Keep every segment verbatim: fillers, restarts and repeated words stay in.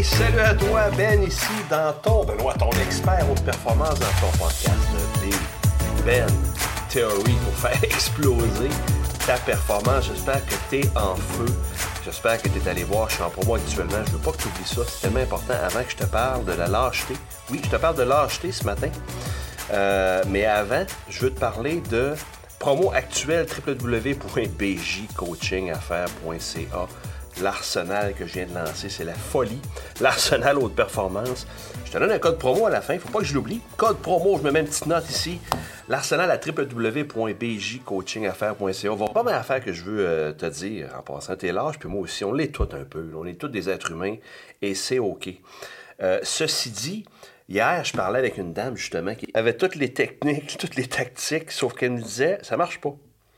salut à toi, Ben, ici dans ton, Benoît, ton expert haute performance dans ton podcast Big Ben Theory pour faire exploser ta performance. J'espère que tu es en feu. J'espère que tu es allé voir, je suis en promo actuellement. Je veux pas que tu oublies ça, c'est tellement important avant que je te parle de la lâcheté. Oui, je te parle de lâcheté ce matin. Euh, mais avant, je veux te parler de promo actuelle w w w point b j coaching affaires point c a. L'arsenal que je viens de lancer, c'est la folie. L'arsenal haute performance. Je te donne un code promo à la fin, il ne faut pas que je l'oublie. Code promo, je me mets une petite note ici. L'arsenal à w w w point b j coaching affaires point c a. Il va y avoir pas mal d'affaires que je veux euh, te dire en passant. T'es lâche, puis moi aussi, on l'est tous un peu. On est tous des êtres humains et c'est OK. Euh, ceci dit, hier, je parlais avec une dame justement qui avait toutes les techniques, toutes les tactiques, sauf qu'elle me disait, ça marche pas.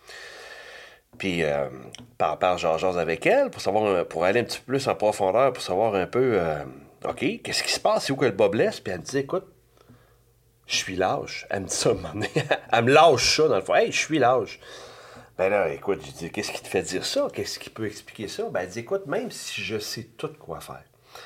Puis, euh, par par genre avec elle, pour savoir, pour aller un petit peu plus en profondeur, pour savoir un peu, euh, OK, qu'est-ce qui se passe, c'est où que le bas blesse? Puis elle me dit, écoute, je suis lâche. Elle me dit ça, à un moment donné. Elle me lâche ça, dans le fond. Hey, je suis lâche. Ben là, écoute, je dis, qu'est-ce qui te fait dire ça? Qu'est-ce qui peut expliquer ça? Ben, elle dit, écoute, même si je sais tout quoi faire,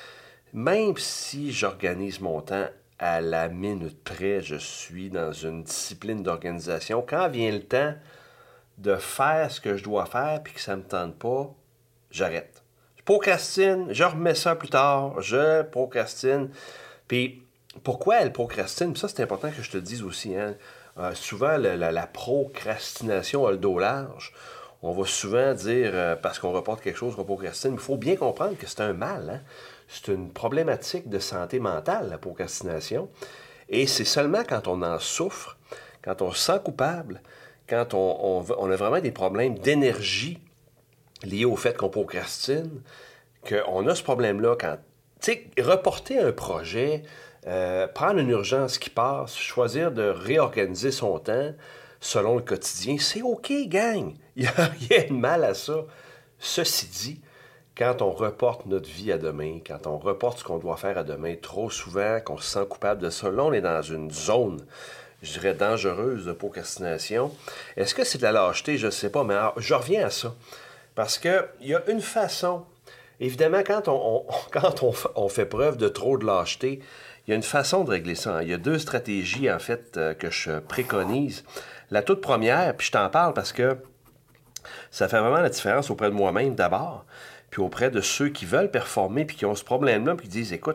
même si j'organise mon temps à la minute près, je suis dans une discipline d'organisation, quand vient le temps de faire ce que je dois faire puis que ça ne me tente pas, j'arrête. Je procrastine, je remets ça plus tard, je procrastine. Puis pourquoi elle procrastine? Puis ça, c'est important que je te le dise aussi. Hein? Euh, souvent, la, la, la procrastination a le dos large. On va souvent dire, euh, parce qu'on reporte quelque chose qu'on procrastine, mais il faut bien comprendre que c'est un mal. Hein? C'est une problématique de santé mentale, la procrastination. Et c'est seulement quand on en souffre, quand on se sent coupable, quand on, on, on a vraiment des problèmes d'énergie liés au fait qu'on procrastine, qu'on a ce problème-là quand, tu sais, reporter un projet, euh, prendre une urgence qui passe, choisir de réorganiser son temps selon le quotidien, c'est OK, gang. Il n'y a rien de mal à ça. Ceci dit, quand on reporte notre vie à demain, quand on reporte ce qu'on doit faire à demain, trop souvent, qu'on se sent coupable de ça, là, on est dans une zone, je dirais, dangereuse de procrastination. Est-ce que c'est de la lâcheté? Je ne sais pas, mais alors, je reviens à ça. Parce qu'il y a une façon, évidemment, quand on, on, quand on, on fait preuve de trop de lâcheté, il y a une façon de régler ça. Hein. Il y a deux stratégies, en fait, euh, que je préconise. La toute première, puis je t'en parle parce que ça fait vraiment la différence auprès de moi-même d'abord, puis auprès de ceux qui veulent performer, puis qui ont ce problème-là, puis qui disent, écoute,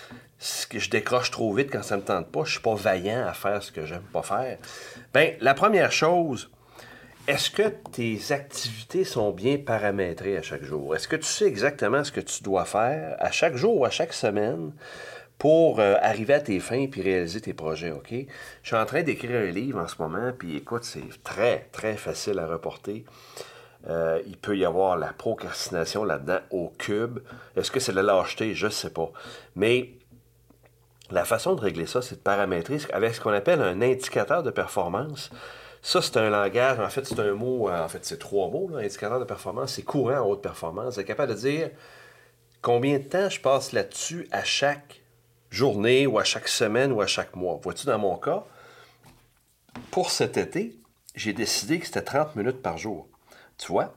je décroche trop vite quand ça ne me tente pas, je ne suis pas vaillant à faire ce que j'aime pas faire. Bien, la première chose, est-ce que tes activités sont bien paramétrées à chaque jour? Est-ce que tu sais exactement ce que tu dois faire à chaque jour ou à chaque semaine pour euh, arriver à tes fins et réaliser tes projets, OK? Je suis en train d'écrire un livre en ce moment, puis écoute, c'est très, très facile à reporter. Euh, il peut y avoir la procrastination là-dedans au cube. Est-ce que c'est de la lâcheté? Je ne sais pas. Mais la façon de régler ça, c'est de paramétrer avec ce qu'on appelle un indicateur de performance. Ça, c'est un langage, en fait, c'est un mot, en fait, c'est trois mots, là, indicateur de performance, c'est courant en haute performance. C'est capable de dire combien de temps je passe là-dessus à chaque journée ou à chaque semaine ou à chaque mois. Vois-tu, dans mon cas, pour cet été, j'ai décidé que c'était trente minutes par jour. Tu vois?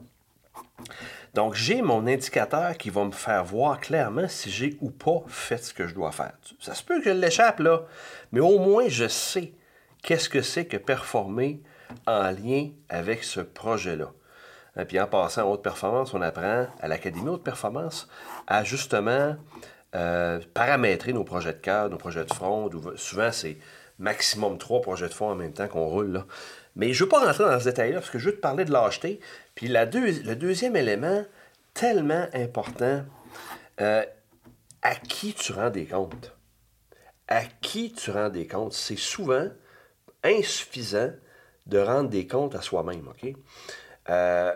Donc, j'ai mon indicateur qui va me faire voir clairement si j'ai ou pas fait ce que je dois faire. Ça se peut que je l'échappe, là, mais au moins, je sais qu'est-ce que c'est que performer en lien avec ce projet-là. Et puis, en passant en haute performance, on apprend à l'Académie haute performance à justement euh, paramétrer nos projets de cœur, nos projets de front. Souvent, c'est maximum trois projets de front en même temps qu'on roule, là. Mais je ne veux pas rentrer dans ce détail-là parce que je veux te parler de lâcheté. Puis la deux, le deuxième élément, tellement important, euh, à qui tu rends des comptes? À qui tu rends des comptes? C'est souvent insuffisant de rendre des comptes à soi-même, OK? Euh,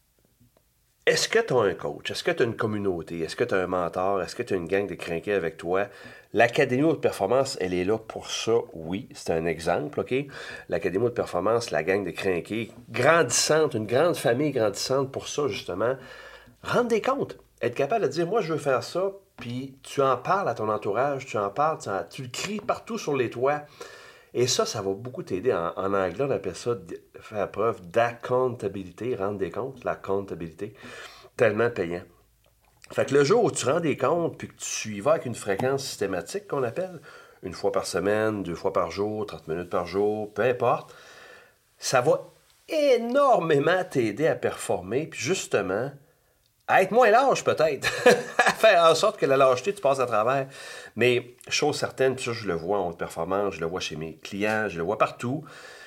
Est-ce que tu as un coach? Est-ce que tu as une communauté? Est-ce que tu as un mentor? Est-ce que tu as une gang de crinqués avec toi? L'Académie haute performance, elle est là pour ça, oui. C'est un exemple, OK? L'Académie haute performance, la gang de crinqués, grandissante, une grande famille grandissante pour ça, justement. Rendre des comptes. Être capable de dire, moi, je veux faire ça, puis tu en parles à ton entourage, tu en parles, tu, en, tu le cries partout sur les toits. Et ça, ça va beaucoup t'aider. En, en anglais, on appelle ça faire preuve d'accountability, rendre des comptes, l'accountability, tellement payant. Fait que le jour où tu rends des comptes puis que tu y vas avec une fréquence systématique qu'on appelle, une fois par semaine, deux fois par jour, trente minutes par jour, peu importe, ça va énormément t'aider à performer puis justement à être moins lâche peut-être, à faire en sorte que la lâcheté, tu passes à travers. Mais chose certaine, puis ça je le vois en haute performance, je le vois chez mes clients, je le vois partout,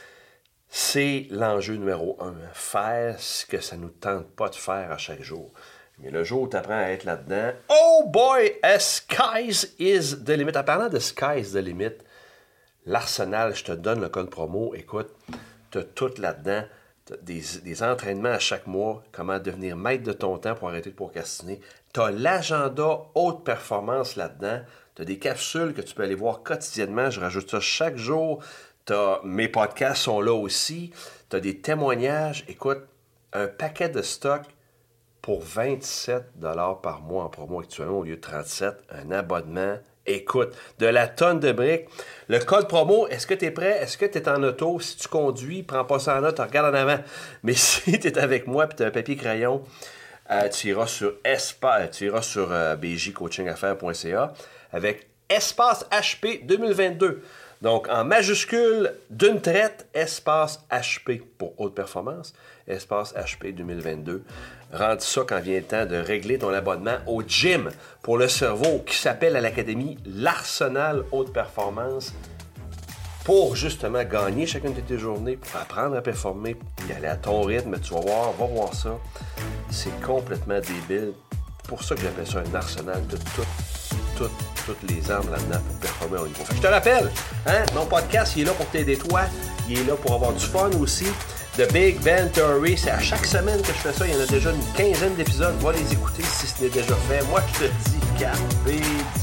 c'est l'enjeu numéro un. Faire ce que ça ne nous tente pas de faire à chaque jour. Mais le jour où tu apprends à être là-dedans, oh boy, a sky's is the limit. En parlant de sky's the limit, l'arsenal, je te donne le code promo, écoute, tu as tout là-dedans, t'as des, des entraînements à chaque mois, comment devenir maître de ton temps pour arrêter de procrastiner. Tu as l'agenda haute performance là-dedans, tu as des capsules que tu peux aller voir quotidiennement, je rajoute ça chaque jour, t'as, mes podcasts sont là aussi, tu as des témoignages, écoute, un paquet de stocks pour vingt-sept dollars par mois en promo actuellement au lieu de trente-sept, un abonnement. Écoute, de la tonne de briques. Le code promo, est-ce que tu es prêt? Est-ce que tu es en auto? Si tu conduis, prends pas ça en note, regarde en avant. Mais si tu es avec moi et tu as un papier crayon, euh, tu iras sur, Espa, tu iras sur euh, b j coaching affaires point c a avec espace H P deux mille vingt-deux. Donc, en majuscule, d'une traite, espace H P pour haute performance, espace H P deux mille vingt-deux. Rendu ça quand vient le temps de régler ton abonnement au gym pour le cerveau qui s'appelle à l'Académie l'Arsenal Haute Performance pour justement gagner chacune de tes journées, pour apprendre à performer, et aller à ton rythme. Tu vas voir, va voir ça. C'est complètement débile. C'est pour ça que j'appelle ça un arsenal de tout. Toutes, toutes les armes là-dedans pour performer au niveau. Fait que je te rappelle, hein, mon podcast, il est là pour t'aider toi. Il est là pour avoir du fun aussi. The Big Ben Theory, c'est à chaque semaine que je fais ça. Il y en a déjà une quinzaine d'épisodes. Va les écouter si ce n'est déjà fait. Moi, je te dis, carpe